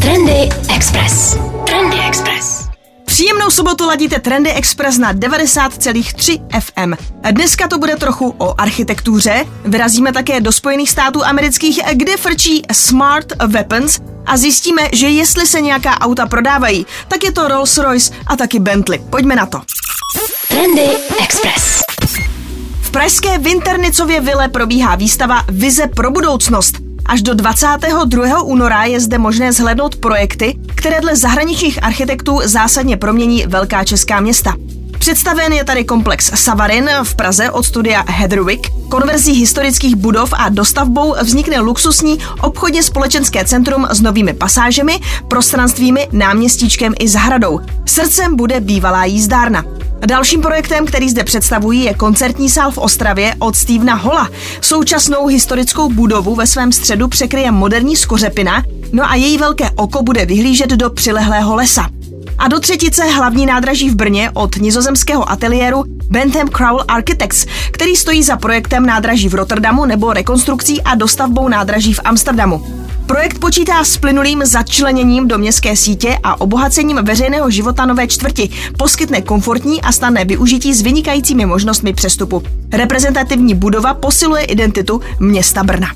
Trendy Express. Trendy Express. Příjemnou sobotu ladíte Trendy Express na 90,3 FM. Dneska to bude trochu o architektuře. Vyrazíme také do Spojených států amerických, kde frčí Smart Weapons a zjistíme, že jestli se nějaká auta prodávají, tak je to Rolls-Royce a taky Bentley. Pojďme na to. Trendy Express. V pražské Vinternicově vile probíhá výstava Vize pro budoucnost. Až do 22. února je zde možné zhlédnout projekty, které dle zahraničních architektů zásadně promění velká česká města. Představen je tady komplex Savarin v Praze od studia Heatherwick. Konverzí historických budov a dostavbou vznikne luxusní obchodně společenské centrum s novými pasážemi, prostranstvími, náměstíčkem i zahradou. Srdcem bude bývalá jízdárna. Dalším projektem, který zde představují, je koncertní sál v Ostravě od Stevena Holla. Současnou historickou budovu ve svém středu překryje moderní skořepina, no a její velké oko bude vyhlížet do přilehlého lesa. A do třetice hlavní nádraží v Brně od nizozemského ateliéru Bentham Crowell Architects, který stojí za projektem nádraží v Rotterdamu nebo rekonstrukcí a dostavbou nádraží v Amsterdamu. Projekt počítá s plynulým začleněním do městské sítě a obohacením veřejného života nové čtvrti, poskytne komfortní a snadné využití s vynikajícími možnostmi přestupu. Reprezentativní budova posiluje identitu města Brna.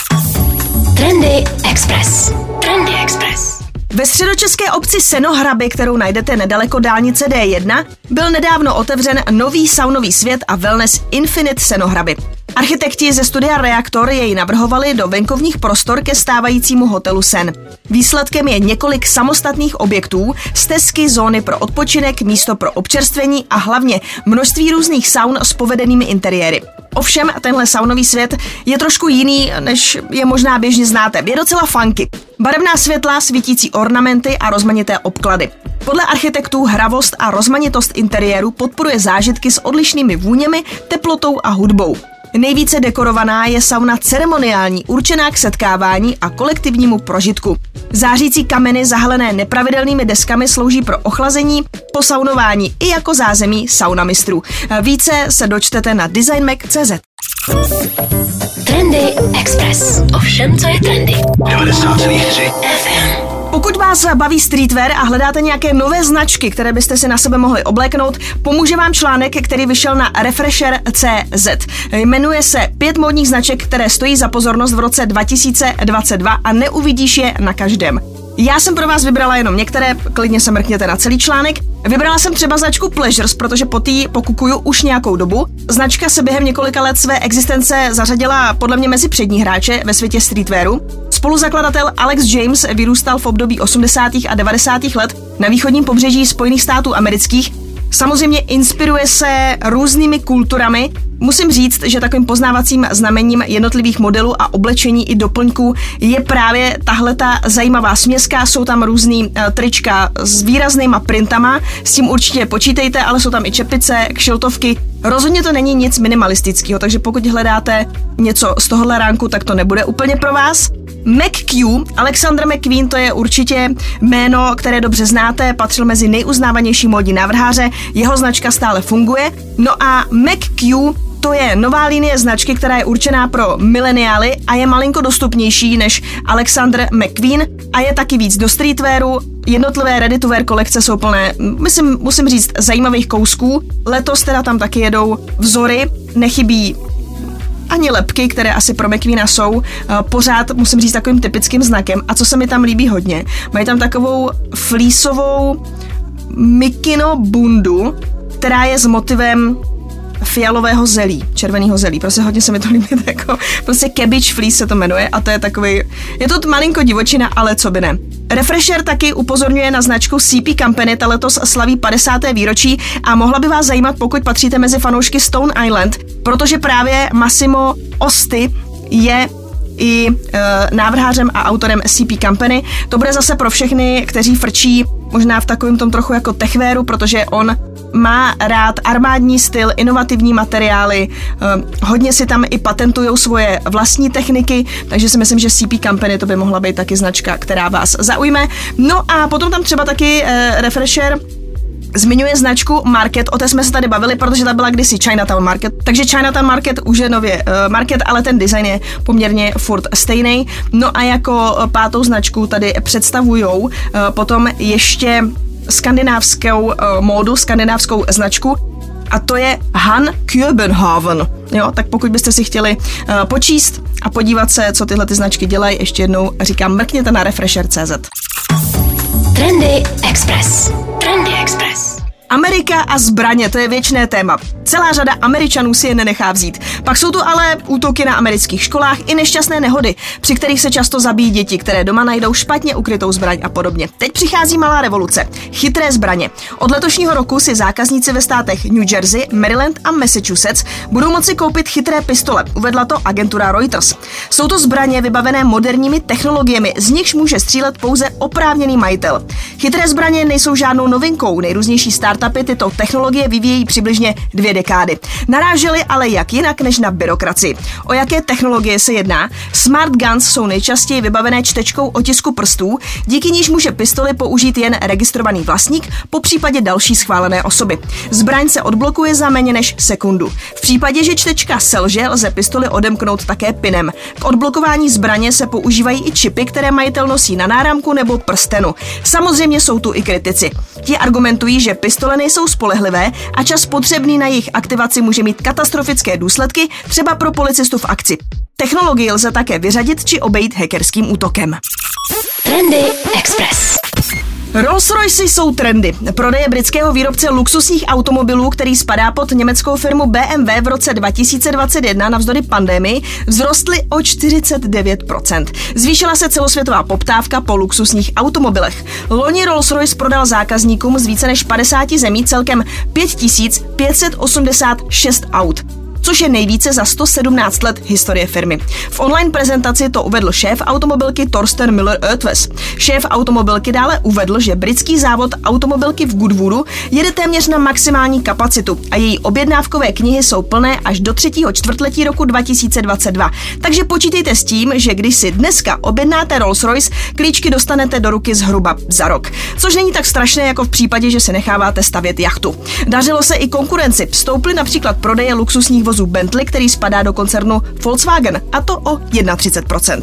Trendy Express. Trendy Express. Ve středočeské obci Senohraby, kterou najdete nedaleko dálnice D1, byl nedávno otevřen nový saunový svět a wellness Infinite Senohraby. Architekti ze studia Reaktor jej navrhovali do venkovních prostor ke stávajícímu hotelu Sen. Výsledkem je několik samostatných objektů, stezky, zóny pro odpočinek, místo pro občerstvení a hlavně množství různých saun s povedenými interiéry. Ovšem, tenhle saunový svět je trošku jiný, než je možná běžně znáte. Je docela funky. Barevná světla, svítící ornamenty a rozmanité obklady. Podle architektů hravost a rozmanitost interiéru podporuje zážitky s odlišnými vůněmi, teplotou a hudbou. Nejvíce dekorovaná je sauna ceremoniální, určená k setkávání a kolektivnímu prožitku. Zářící kameny zahalené nepravidelnými deskami slouží pro ochlazení, posaunování i jako zázemí saunamistrů. Více se dočtete na designmac.cz. Trendy Express. Ovšem, co je trendy. 90,3 FM. Pokud vás baví streetwear a hledáte nějaké nové značky, které byste si na sebe mohli obléknout, pomůže vám článek, který vyšel na Refresher.cz. Jmenuje se 5 módních značek, které stojí za pozornost v roce 2022 a neuvidíš je na každém. Já jsem pro vás vybrala jenom některé, klidně se mrkněte na celý článek. Vybrala jsem třeba značku Pleasures, protože po tý pokukuju už nějakou dobu. Značka se během několika let své existence zařadila podle mě mezi přední hráče ve světě streetwearu. Spoluzakladatel Alex James vyrůstal v období 80. a 90. let na východním pobřeží Spojených států amerických. Samozřejmě inspiruje se různými kulturami. Musím říct, že takovým poznávacím znamením jednotlivých modelů a oblečení i doplňků je právě tahleta zajímavá směska. Jsou tam různý trička s výraznýma printama, s tím určitě počítejte, ale jsou tam i čepice, kšiltovky. Rozhodně to není nic minimalistického, takže pokud hledáte něco z tohohle ránku, tak to nebude úplně pro vás. McQ, Alexander McQueen, to je určitě jméno, které dobře znáte, patřil mezi nejuznávanější módní návrháře, jeho značka stále funguje. No a McQ, to je nová linie značky, která je určená pro mileniály a je malinko dostupnější než Alexander McQueen a je taky víc do streetwearu. Jednotlivé ready-to-wear kolekce jsou plné, musím říct, zajímavých kousků. Letos teda tam taky jedou vzory, nechybí ani lepky, které asi pro McQueena jsou, pořád musím říct takovým typickým znakem. A co se mi tam líbí hodně, mají tam takovou fleeceovou mikino bundu, která je s motivem fialového zelí, červeného zelí. Prostě hodně se mi to líbí, jako, prostě cabbage fleece se to jmenuje a to je takový, je to malinko divočina, ale co by ne. Refresher taky upozorňuje na značku CP Company, ta letos slaví 50. výročí a mohla by vás zajímat, pokud patříte mezi fanoušky Stone Island, protože právě Massimo Osti je i návrhářem a autorem CP Company. To bude zase pro všechny, kteří frčí možná v takovém tom trochu jako techwearu, protože on má rád armádní styl, inovativní materiály, hodně si tam i patentujou svoje vlastní techniky, takže si myslím, že CP Company to by mohla být taky značka, která vás zaujme. No a potom tam třeba taky Refresher Zmiňuje značku Market, o té jsme se tady bavili, protože ta byla kdysi Chinatown Market, takže Chinatown Market už je nově Market, ale ten design je poměrně furt stejný. No a jako pátou značku tady představujou potom ještě skandinávskou módu, skandinávskou značku, a to je Han Köbenhavn. Jo, tak pokud byste si chtěli počíst a podívat se, co tyhle ty značky dělají, ještě jednou říkám, mrkněte na refresher.cz. Trendy Express. Trendy Express. Amerika a zbraně, to je věčné téma. Celá řada Američanů si je nenechá vzít. Pak jsou tu ale útoky na amerických školách i nešťastné nehody, při kterých se často zabíjí děti, které doma najdou špatně ukrytou zbraň a podobně. Teď přichází malá revoluce. Chytré zbraně. Od letošního roku si zákazníci ve státech New Jersey, Maryland a Massachusetts budou moci koupit chytré pistole, uvedla to agentura Reuters. Jsou to zbraně vybavené moderními technologiemi, z nichž může střílet pouze oprávněný majitel. Chytré zbraně nejsou žádnou novinkou, nejrůznější startupy tyto technologie vyvíjejí přibližně 2 dekády. Narážely ale jak jinak než na byrokracii. O jaké technologie se jedná? Smart guns jsou nejčastěji vybavené čtečkou otisku prstů, díky níž může pistoli použít jen registrovaný vlastník, popřípadě další schválené osoby. Zbraň se odblokuje za méně než sekundu. V případě, že čtečka selže, lze pistoli odemknout také pinem. K odblokování zbraně se používají i čipy, které majitel nosí na náramku nebo prstenu. Samozřejmě jsou tu i kritici. Ti argumentují, že pistole nejsou spolehlivé a čas potřebný na jejich aktivaci může mít katastrofické důsledky, třeba pro policistu v akci. Technologii lze také vyřadit či obejít hackerským útokem. Trendy Express. Rolls-Royce jsou trendy. Prodeje britského výrobce luxusních automobilů, který spadá pod německou firmu BMW, v roce 2021 navzdory pandemii vzrostly o 49%. Zvýšila se celosvětová poptávka po luxusních automobilech. Loni Rolls-Royce prodal zákazníkům z více než 50 zemí celkem 5586 aut, což je nejvíce za 117 let historie firmy. V online prezentaci to uvedl šéf automobilky Thorsten Müller-Ötvös. Šéf automobilky dále uvedl, že britský závod automobilky v Goodwoodu jede téměř na maximální kapacitu a její objednávkové knihy jsou plné až do 3. čtvrtletí roku 2022. Takže počítejte s tím, že když si dneska objednáte Rolls-Royce, klíčky dostanete do ruky zhruba za rok. Což není tak strašné jako v případě, že se necháváte stavět jachtu. Dařilo se i konkurenci. Stouply například prodeje luxusních vozů Bentley, který spadá do koncernu Volkswagen, a to o 31%.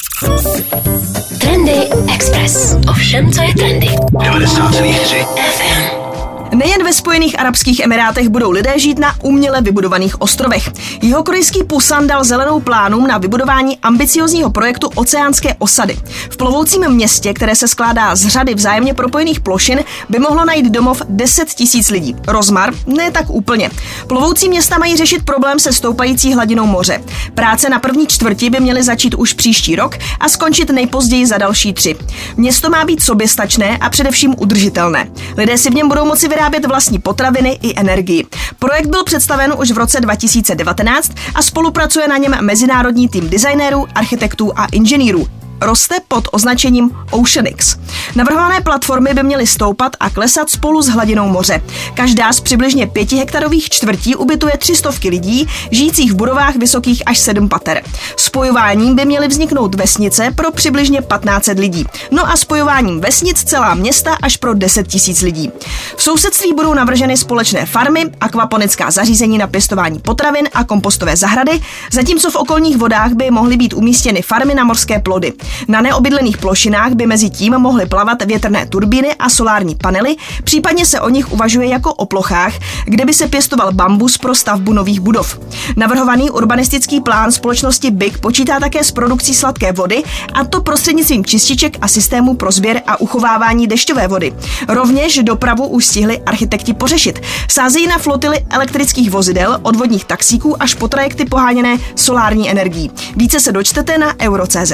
Trendy Express. Ovšem, co je trendy. 90,3 FM. Nejen ve Spojených arabských emirátech budou lidé žít na uměle vybudovaných ostrovech. Jihokorejský Pusan dal zelenou plánům na vybudování ambiciózního projektu oceánské osady. V plovoucím městě, které se skládá z řady vzájemně propojených plošin, by mohlo najít domov 10 000 lidí. Rozmar? Ne tak úplně. Plovoucí města mají řešit problém se stoupající hladinou moře. Práce na první čtvrti by měly začít už příští rok a skončit nejpozději za další 3. Město má být soběstačné a především udržitelné. Lidé si v něm budou moci vyrábět vlastní potraviny i energii. Projekt byl představen už v roce 2019 a spolupracuje na něm mezinárodní tým designérů, architektů a inženýrů. Roste pod označením OceanX. Navrhované platformy by měly stoupat a klesat spolu s hladinou moře. Každá z přibližně 5 hektarových čtvrtí ubytuje 300 lidí, žijících v budovách vysokých až 7 pater. Spojováním by měly vzniknout vesnice pro přibližně 1500 lidí. No a spojováním vesnic celá města až pro 10 000 lidí. V sousedství budou navrženy společné farmy, akvaponická zařízení na pěstování potravin a kompostové zahrady, zatímco v okolních vodách by mohly být umístěny farmy na mořské plody. Na neobydlených plošinách by mezi tím mohly plavat větrné turbíny a solární panely, případně se o nich uvažuje jako o plochách, kde by se pěstoval bambus pro stavbu nových budov. Navrhovaný urbanistický plán společnosti BIG počítá také s produkcí sladké vody, a to prostřednictvím čističek a systémů pro sběr a uchovávání dešťové vody. Rovněž dopravu už stihli architekti pořešit. Sázejí na flotily elektrických vozidel, od vodních taxíků až po trajekty poháněné solární energií. Více se dočtete na euro.cz.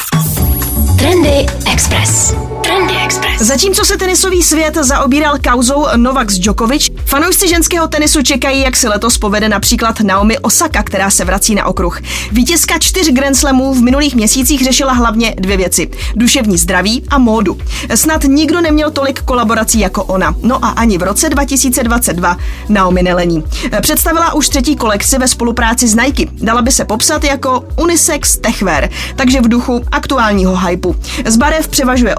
Trendy Express. Trendy Express. Zatímco se tenisový svět zaobíral kauzou Novak Djokovic, fanoušci ženského tenisu čekají, jak si letos povede například Naomi Osaka, která se vrací na okruh. Vítězka 4 Grand Slamů v minulých měsících řešila hlavně 2 věci: duševní zdraví a módu. Snad nikdo neměl tolik kolaborací jako ona. No a ani v roce 2022 Naomi nelení. Představila už 3. kolekci ve spolupráci s Nike. Dala by se popsat jako unisex techwear, takže v duchu aktuálního hypu. Z barev převažuje oranžová,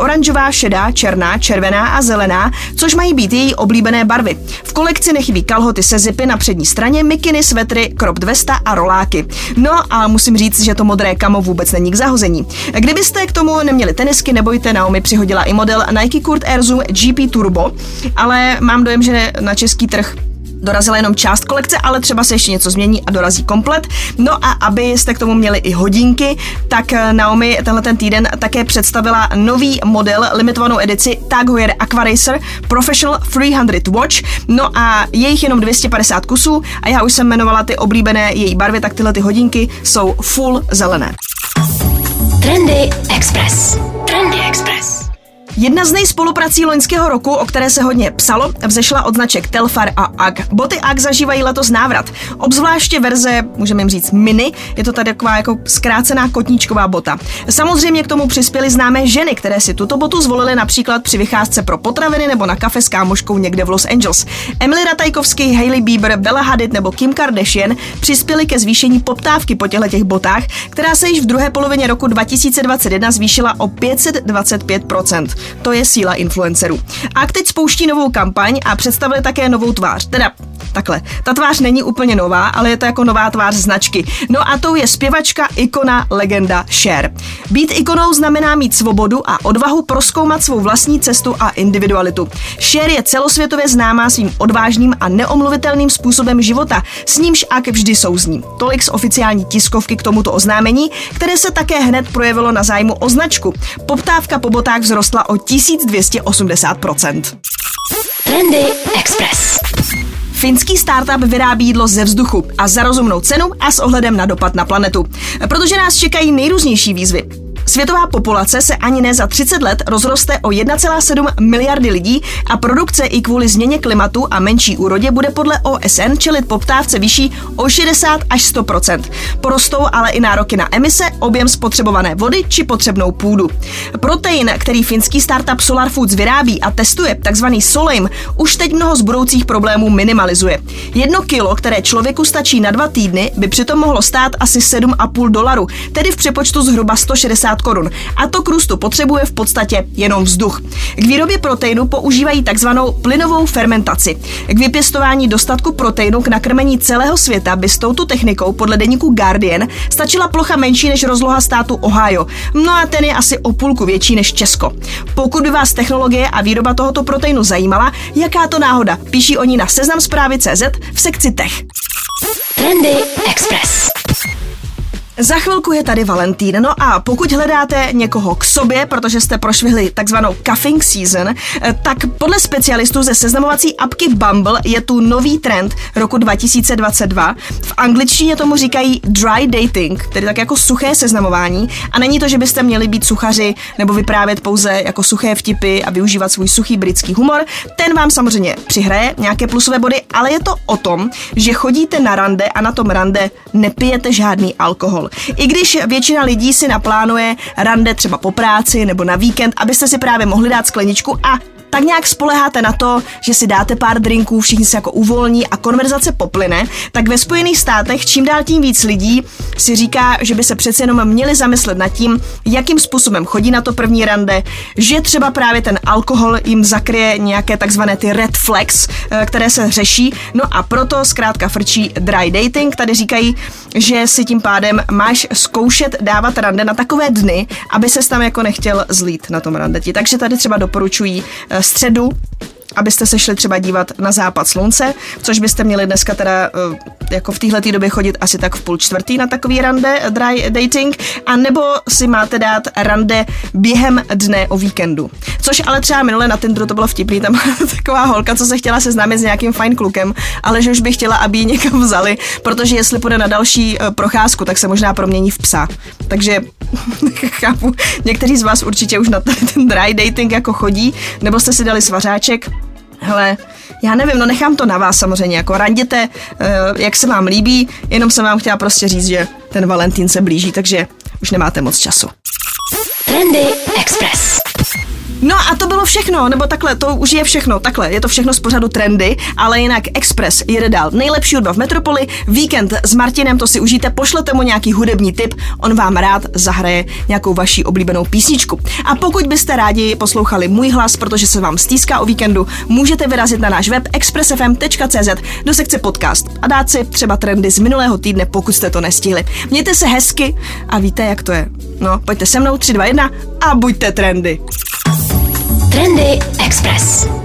fialová, šedá, černá, červená a zelená, což mají být její oblíbené barvy. V kolekci nechybí kalhoty se zipy na přední straně, mikiny, svetry, cropped vesta a roláky. No a musím říct, že to modré kamo vůbec není k zahození. Kdybyste k tomu neměli tenisky, nebojte, Naomi přihodila i model Nike Kurt Air Zoom GP Turbo, ale mám dojem, že na český trh dorazila jenom část kolekce, ale třeba se ještě něco změní a dorazí komplet. No a abyste k tomu měli i hodinky, tak Naomi tenhle týden také představila nový model, limitovanou edici Tag Heuer Aquaracer Professional 300 Watch. No a je jich jenom 250 kusů a já už jsem jmenovala ty oblíbené její barvy, tak tyhle ty hodinky jsou full zelené. Trendy Express. Trendy Express. Jedna z nejspoluprací loňského roku, o které se hodně psalo, vzešla od značek Telfar a UGG. Boty UGG zažívají letos návrat. Obzvláště verze, můžeme jim říct mini, je to tady taková jako zkrácená kotníčková bota. Samozřejmě k tomu přispěly známé ženy, které si tuto botu zvolily například při vycházce pro potraviny nebo na kafe s kámoškou někde v Los Angeles. Emily Ratajkovsky, Hailey Bieber, Bella Hadid nebo Kim Kardashian přispěly ke zvýšení poptávky po těchto botách, která se již v druhé polovině roku 2021 zvýšila o 525%. To je síla influencerů. A teď spouští novou kampaň a představili také novou tvář. Teda takhle, ta tvář není úplně nová, ale je to jako nová tvář značky. No a tou je zpěvačka, ikona, legenda Cher. Být ikonou znamená mít svobodu a odvahu prozkoumat svou vlastní cestu a individualitu. Cher je celosvětově známá svým odvážným a neomluvitelným způsobem života, s nímž UGG vždy souzní. Tolik z oficiální tiskovky k tomuto oznámení, které se také hned projevilo na zájmu o značku. Poptávka po botách vzrostla o 1280%. Trendy Express. Finský startup vyrábí jídlo ze vzduchu a za rozumnou cenu a s ohledem na dopad na planetu. Protože nás čekají nejrůznější výzvy. Světová populace se ani ne za 30 let rozroste o 1,7 miliardy lidí a produkce i kvůli změně klimatu a menší úrodě bude podle OSN čelit poptávce vyšší o 60 až 100%. Porostou ale i nároky na emise, objem spotřebované vody či potřebnou půdu. Protein, který finský startup Solar Foods vyrábí a testuje, takzvaný Soleim, už teď mnoho z budoucích problémů minimalizuje. 1 kilo, které člověku stačí na 2 týdny, by přitom mohlo stát asi $7,5, tedy v přepočtu zhruba 160 korun. A to k růstu potřebuje v podstatě jenom vzduch. K výrobě proteinu používají takzvanou plynovou fermentaci. K vypěstování dostatku proteinu k nakrmení celého světa by s touto technikou podle deníku Guardian stačila plocha menší než rozloha státu Ohio. No a ten je asi o půlku větší než Česko. Pokud by vás technologie a výroba tohoto proteinu zajímala, jaká to náhoda, píší oni na seznamzpravy.cz v sekci Tech. Trendy Express. Za chvilku je tady Valentín, no a pokud hledáte někoho k sobě, protože jste prošvihli takzvanou cuffing season, tak podle specialistů ze seznamovací apky Bumble je tu nový trend roku 2022. V angličtině tomu říkají dry dating, tedy tak jako suché seznamování, a není to, že byste měli být suchaři nebo vyprávět pouze jako suché vtipy a využívat svůj suchý britský humor. Ten vám samozřejmě přihraje nějaké plusové body, ale je to o tom, že chodíte na rande a na tom rande nepijete žádný alkohol. I když většina lidí si naplánuje rande třeba po práci nebo na víkend, abyste si právě mohli dát skleničku a tak nějak spoleháte na to, že si dáte pár drinků, všichni se jako uvolní a konverzace poplyne, tak ve Spojených státech čím dál tím víc lidí si říká, že by se přece jenom měli zamyslet nad tím, jakým způsobem chodí na to první rande, že třeba právě ten alkohol jim zakryje nějaké takzvané ty red flags, které se řeší. No a proto zkrátka frčí dry dating. Tady říkají, že si tím pádem máš zkoušet dávat rande na takové dny, aby ses tam jako nechtěl zlít na tom randeti. Takže tady třeba doporučují středu, abyste se šli třeba dívat na západ slunce, což byste měli dneska teda jako v téhletý době chodit asi tak v 3:30 na takový rande, dry dating, a nebo si máte dát rande během dne o víkendu. Což ale třeba minule na Tinderu to bylo vtipný, tam taková holka, co se chtěla seznámit s nějakým fajn klukem, ale že už by chtěla, aby ji někam vzali, protože jestli půjde na další procházku, tak se možná promění v psa. Takže chápu, někteří z vás určitě už na ten dry dating jako chodí, nebo jste si dali svařáček. Hele, já nevím, no nechám to na vás samozřejmě, jako randěte, jak se vám líbí, jenom jsem vám chtěla prostě říct, že ten Valentín se blíží, takže už nemáte moc času. Trendy Express. No a to bylo všechno, nebo takhle, to už je všechno, takhle, je to všechno z pořadu Trendy, ale jinak Express jede dál. Nejlepší hudba v Metropoli, víkend s Martinem, to si užijte, pošlete mu nějaký hudební tip, on vám rád zahraje nějakou vaši oblíbenou písničku. A pokud byste rádi poslouchali můj hlas, protože se vám stýská o víkendu, můžete vyrazit na náš web expressfm.cz do sekce podcast a dát si třeba trendy z minulého týdne, pokud jste to nestihli. Mějte se hezky a víte, jak to je. No, pojďte se mnou, 3, 2, 1 a buďte trendy. Trendy Express.